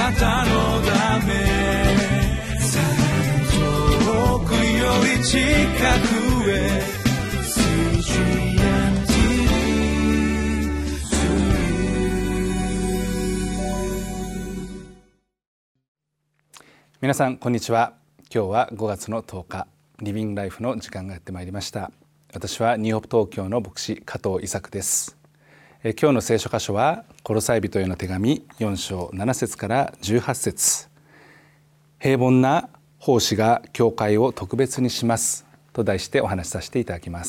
なたのため遠くより近くへ皆さんこんにちは。今日は5月の10日リビングライフの時間がやってまいりました。私はニューホープ東京の牧師加藤伊作です。今日の聖書箇所はコロサイ人への手紙4章7節から18節。平凡な奉仕が教会を特別にしますと題してお話しさせていただきます。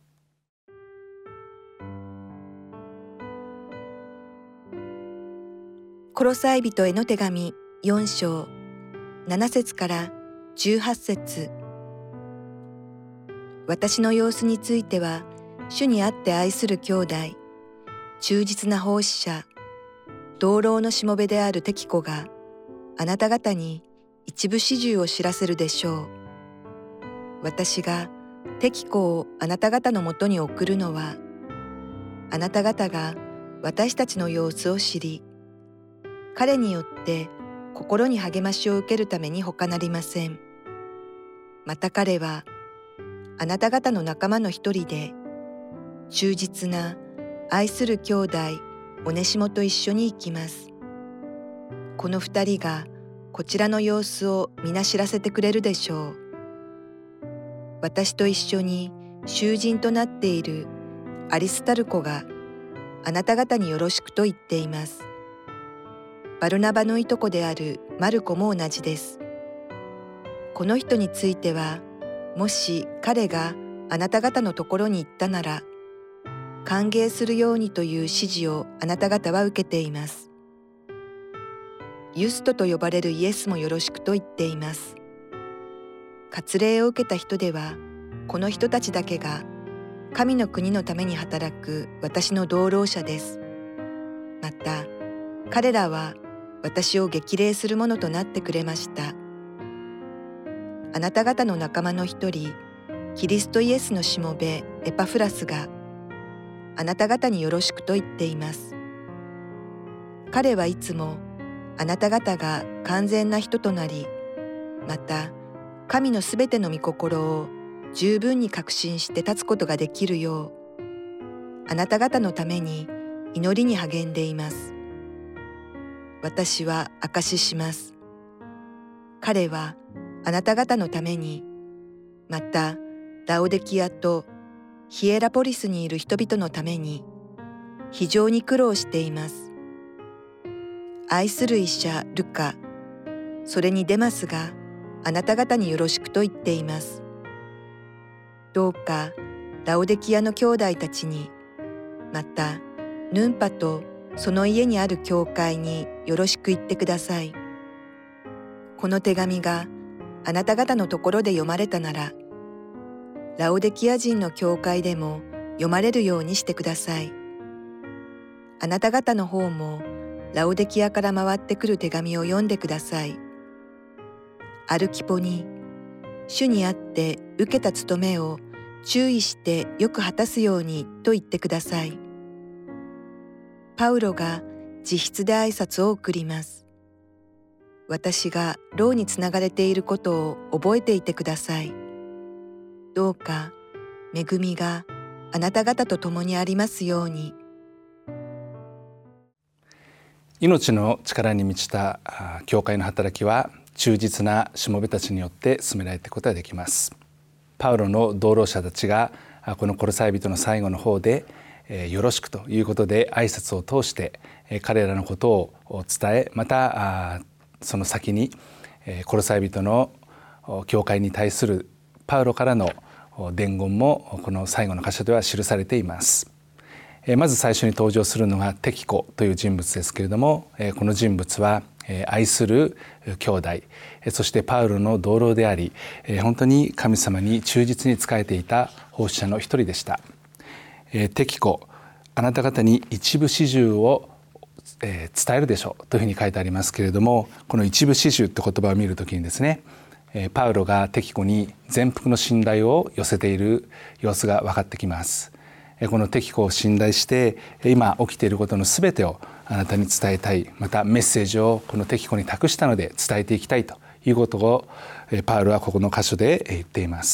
コロサイ人への手紙4章7節から18節。私の様子については主にあって愛する兄弟、忠実な奉仕者、同僚のしもべであるテキコがあなた方に一部始終を知らせるでしょう。私がテキコをあなた方のもとに送るのは、あなた方が私たちの様子を知り、彼によって心に励ましを受けるために他なりません。また彼はあなた方の仲間の一人で、忠実な愛する兄弟オネシモと一緒に行きます。この二人がこちらの様子を皆知らせてくれるでしょう。私と一緒に囚人となっているアリスタルコがあなた方によろしくと言っています。バルナバのいとこであるマルコも同じです。この人については、もし彼があなた方のところに行ったなら、歓迎するようにという指示をあなた方は受けています。ユストと呼ばれるイエスもよろしくと言っています。割礼を受けた人では、この人たちだけが神の国のために働く私の同労者です。また、彼らは私を激励するものとなってくれました。あなた方の仲間の一人、キリストイエスのしもべエパフラスがあなた方によろしくと言っています。彼はいつもあなた方が完全な人となり、また神のすべての御心を十分に確信して立つことができるよう、あなた方のために祈りに励んでいます。私は証しします。彼はあなた方のために、またラオデキアとヒエラポリスにいる人々のために非常に苦労しています。愛する医者ルカ、それにデマスがあなた方によろしくと言っています。どうかラオデキアの兄弟たちに、またヌンパとその家にある教会によろしく言ってください。この手紙があなた方のところで読まれたなら、ラオデキア人の教会でも読まれるようにしてください。あなた方の方もラオデキアから回ってくる手紙を読んでください。アルキポに、主にあって受けた務めを注意してよく果たすようにと言ってください。パウロが自筆で挨拶を送ります。私が牢につながれていることを覚えていてください。どうか恵みがあなた方と共にありますように。 命の力に満ちた教会の働きは忠実なしもべたちによって進められていくことができます。パウロの同労者たちがこのコロサイ人の最後の方でよろしくということで挨拶を通して彼らのことを伝え、またその先にコロサイ人の教会に対するパウロからの伝言もこの最後の箇所では記されています。まず最初に登場するのがテキコという人物ですけれども、この人物は愛する兄弟、そしてパウロの同僚であり、本当に神様に忠実に仕えていた奉仕者の一人でした。テキコ、あなた方に一部始終を伝えるでしょうというふうに書いてありますけれども、この一部始終って言葉を見るときにですね、パウロがテキコに全幅の信頼を寄せている様子が分かってきます。このテキコを信頼して今起きていることのすべてをあなたに伝えたい、またメッセージをこのテキコに託したので伝えていきたいということをパウロはここの箇所で言っています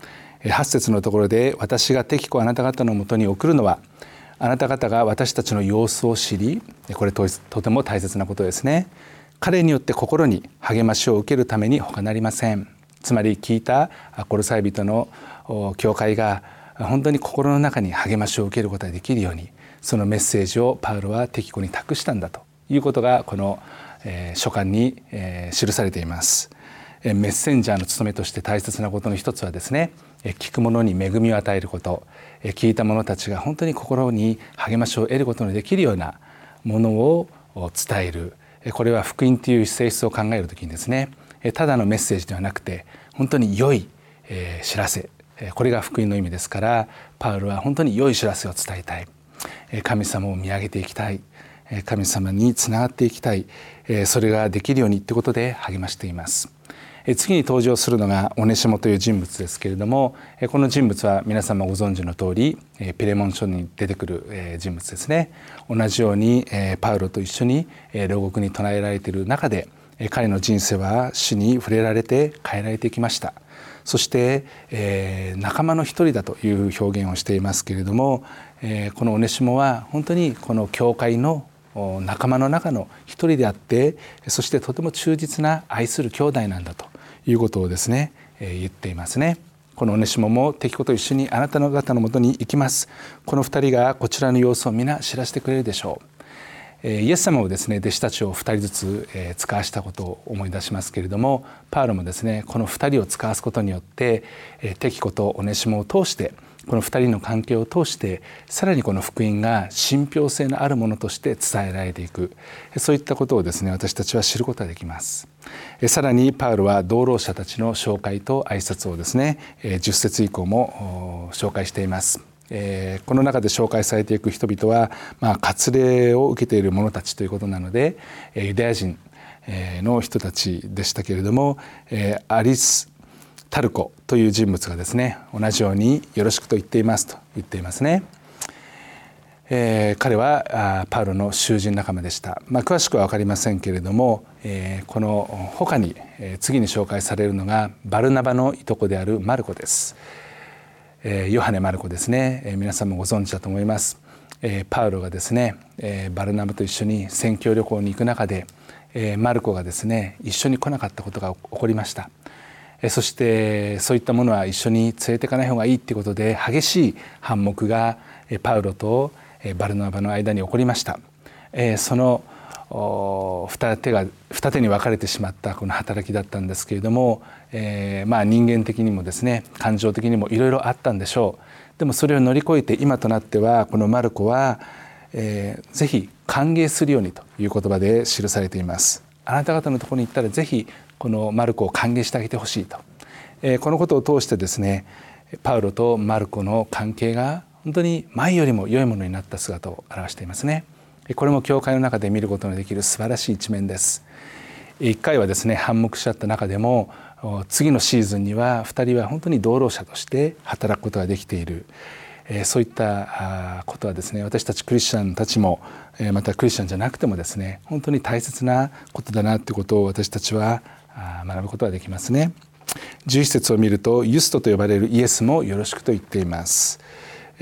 。8節のところで、私がテキコをあなた方のもとに送るのは、あなた方が私たちの様子を知り、これとても大切なことですね。彼によって心に励ましを受けるために他なりません。つまり聞いたコロサイ人の教会が本当に心の中に励ましを受けることができるように、そのメッセージをパウロはテキコに託したんだということがこの書簡に記されています。メッセンジャーの務めとして大切なことの一つはですね、聞く者に恵みを与えること、聞いた者たちが本当に心に励ましを得ることのできるようなものを伝える。これは福音という性質を考えるときにですね、ただのメッセージではなくて本当に良い知らせ、これが福音の意味ですから、パウロは本当に良い知らせを伝えたい、神様を見上げていきたい、神様につながっていきたい、それができるようにということで励ましています。次に登場するのがオネシモという人物ですけれども、この人物は皆様ご存知の通りピレモン書に出てくる人物ですね。同じようにパウロと一緒に牢獄に唱えられている中で、彼の人生は死に触れられて変えられてきました。そして仲間の一人だという表現をしていますけれども、このオネシモは本当にこの教会の仲間の中の一人であって、そしてとても忠実な愛する兄弟なんだということをですね、言っていますね。このオネシモもテキコと一緒にあなた方のもとに行きます。この二人がこちらの様子を皆知らせてくれるでしょう。イエス様をですね、弟子たちを2人ずつ使わしたことを思い出しますけれども、パウロもですね、この2人を使わすことによってテキコとオネシモを通して、この2人の関係を通してさらにこの福音が信憑性のあるものとして伝えられていく、そういったことをですね、私たちは知ることができます。さらにパウロは同労者たちの紹介と挨拶をですね、10節以降も紹介しています。この中で紹介されていく人々は、割礼を受けている者たちということなので、ユダヤ人の人たちでしたけれども、アリスタルコという人物がですね、同じようによろしくと言っていますと言っていますね。彼はパウロの囚人仲間でした。詳しくは分かりませんけれども、この他に次に紹介されるのがバルナバのいとこであるマルコです。ヨハネ・マルコですね、皆さんもご存知だと思います。パウロがですね、バルナバと一緒に宣教旅行に行く中で、マルコがですね一緒に来なかったことが起こりました。そしてそういったものは一緒に連れていかない方がいいということで、激しい反目がパウロとバルナバの間に起こりました。その二手に分かれてしまったこの働きだったんですけれども、人間的にもですね、感情的にもいろいろあったんでしょう。でもそれを乗り越えて今となっては、このマルコは、ぜひ歓迎するようにという言葉で記されています。あなた方のところに行ったらぜひこのマルコを歓迎してあげてほしいと、このことを通してですね、パウロとマルコの関係が本当に前よりも良いものになった姿を表していますね。これも教会の中で見ることのできる素晴らしい一面です。一回はですね反目しちゃった中でも、次のシーズンには2人は本当に同労者として働くことができている、そういったことはですね、私たちクリスチャンたちも、またクリスチャンじゃなくてもですね、本当に大切なことだなということを私たちは学ぶことができますね。11節を見ると、ユストと呼ばれるイエスもよろしくと言っています。こ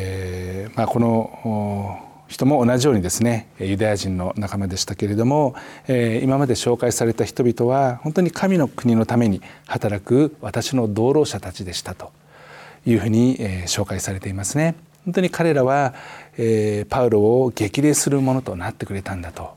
の人も同じようにですね、ユダヤ人の仲間でしたけれども、今まで紹介された人々は本当に神の国のために働く私の同労者たちでしたというふうに紹介されていますね。本当に彼らはパウロを激励するものとなってくれたんだと、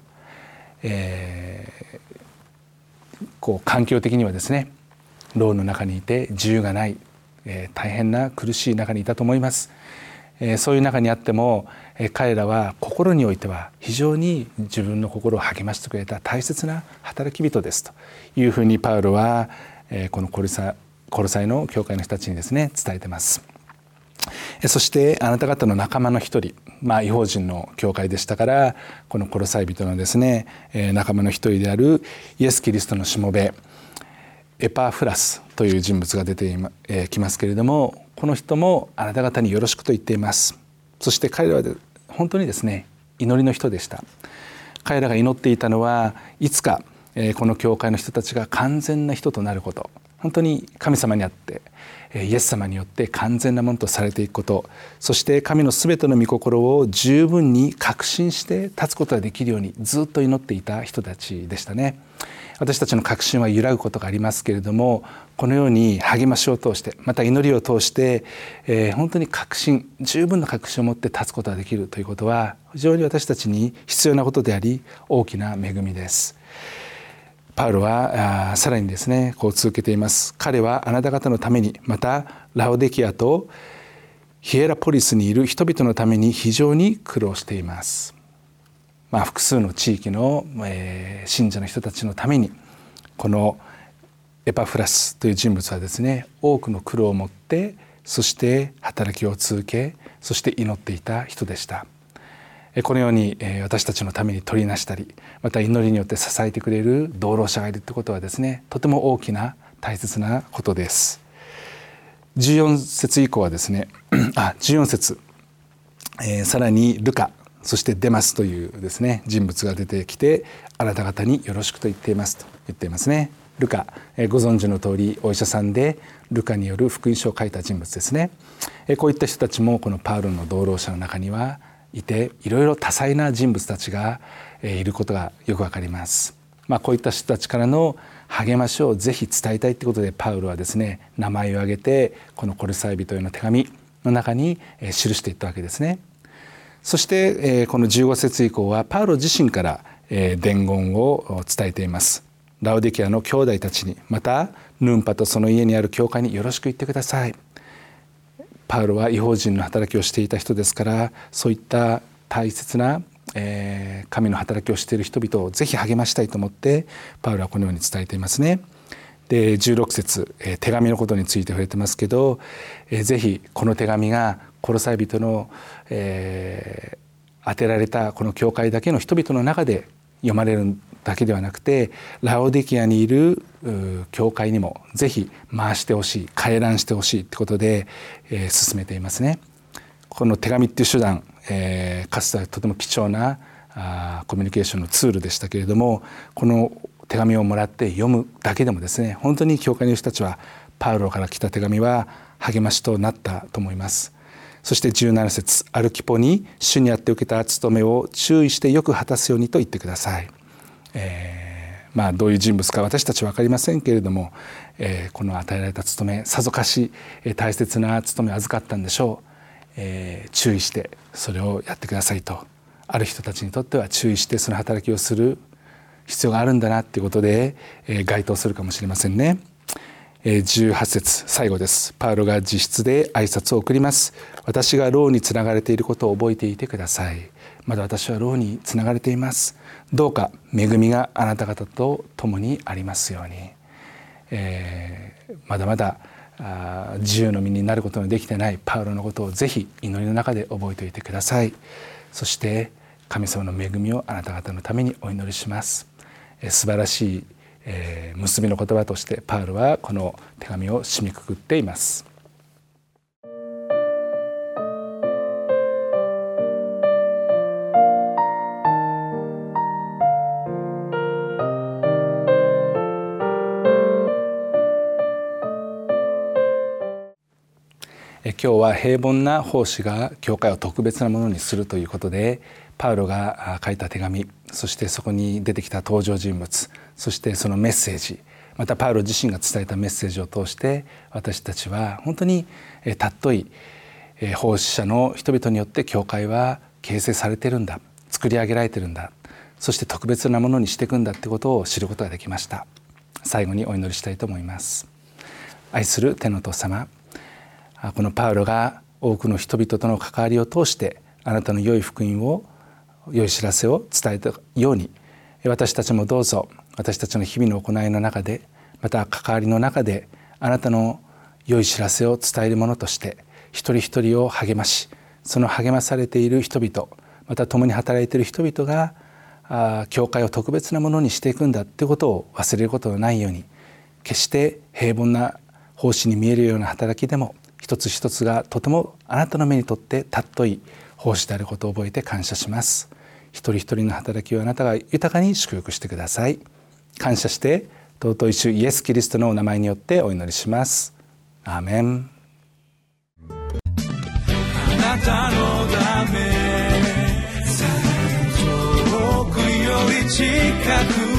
環境的にはですね、牢の中にいて自由がない、大変な苦しい中にいたと思います。そういう中にあっても彼らは心においては非常に自分の心を励ましてくれた大切な働き人ですというふうにパウロはこのコロサイの教会の人たちにですね伝えています。そしてあなた方の仲間の一人、異邦人の教会でしたから、このコロサイ人のですね仲間の一人であるイエス・キリストのしもべエパフラスという人物が出てきますけれども、この人もあなた方によろしくと言っています。そして彼らは本当にですね祈りの人でした。 彼らが祈っていたのはいつかこの教会の人たちが完全な人となること、本当に神様にあってイエス様によって完全なものとされていくこと、そして神のすべての御心を十分に確信して立つことができるようにずっと祈っていた人たちでしたね。私たちの確信は揺らぐことがありますけれども、このように励ましを通して、また祈りを通して、本当に十分な確信を持って立つことができるということは非常に私たちに必要なことであり、大きな恵みです。パウロはさらにですね、こう続けています。彼はあなた方のために、またラオデキアとヒエラポリスにいる人々のために非常に苦労しています。複数の地域の信者の人たちのために、このエパフラスという人物はですね、多くの苦労を持って、そして働きを続け、そして祈っていた人でした。このように私たちのために取りなしたり、また祈りによって支えてくれる同労者がいるということはですね、とても大きな大切なことです。14節以降はですね14節、さらにルカ、そしてデマスというですね人物が出てきて、あなた方によろしくと言っていますと言っていますね。ルカ、ご存知の通りお医者さんで、ルカによる福音書を書いた人物ですね。こういった人たちもこのパウロの同労者の中にはいて、いろいろ多彩な人物たちがいることがよくわかります。こういった人たちからの励ましをぜひ伝えたいということで、パウロはですね名前を挙げてこのコルサイ人への手紙の中に記していったわけですね。そしてこの15節以降はパウロ自身から伝言を伝えています。ラオディケアの兄弟たちに、またヌンパとその家にある教会によろしく言ってください。パウロは異邦人の働きをしていた人ですから、そういった大切な神の働きをしている人々をぜひ励ましたいと思って、パウロはこのように伝えていますね。で16節、手紙のことについて触れてますけど、ぜひこの手紙がコロサイ人の、当てられたこの教会だけの人々の中で読まれるだけではなくて、ラオディケアにいる教会にもぜひ回してほしい、回覧してほしいってことで、進めていますね。この手紙っていう手段、かつてはとても貴重なコミュニケーションのツールでしたけれども、この手紙をもらって読むだけでもですね、本当に教会の人たちはパウロから来た手紙は励ましとなったと思います。そして17節、アルキポに主にあって受けた務めを注意してよく果たすようにと言ってください。どういう人物か私たちは分かりませんけれども、この与えられた務め、さぞかし大切な務めを預かったんでしょう。注意してそれをやってくださいと、ある人たちにとっては注意してその働きをする必要があるんだなということで、該当するかもしれませんね。18節最後です。パウロが自筆で挨拶を送ります。私が牢につながれていることを覚えていてください。まだ私は牢につながれています。どうか恵みがあなた方と共にありますように。まだまだ自由の身になることのできてないパウロのことをぜひ祈りの中で覚えておいてください。そして神様の恵みをあなた方のためにお祈りします。素晴らしい結びの言葉としてパウロはこの手紙を締めくくっています。今日は平凡な奉仕が教会を特別なものにするということで、パウロが書いた手紙、そしてそこに出てきた登場人物、そしてそのメッセージ、またパウロ自身が伝えたメッセージを通して、私たちは本当に尊い奉仕者の人々によって教会は形成されているんだ、作り上げられているんだ、そして特別なものにしていくんだということを知ることができました。最後にお祈りしたいと思います。愛する天のお父様、このパウロが多くの人々との関わりを通してあなたの良い福音を、良い知らせを伝えたように、私たちもどうぞ私たちの日々の行いの中で、また関わりの中であなたの良い知らせを伝えるものとして一人一人を励まし、その励まされている人々、また共に働いている人々が教会を特別なものにしていくんだということを忘れることのないように、決して平凡な奉仕に見えるような働きでも一つ一つがとてもあなたの目にとって尊い奉仕であることを覚えて感謝します。 一人一人の働きをあなたが豊かに祝福してください。感謝して尊い主イエス・キリストのお名前によってお祈りします。アーメン。 あなたのため遠くより近く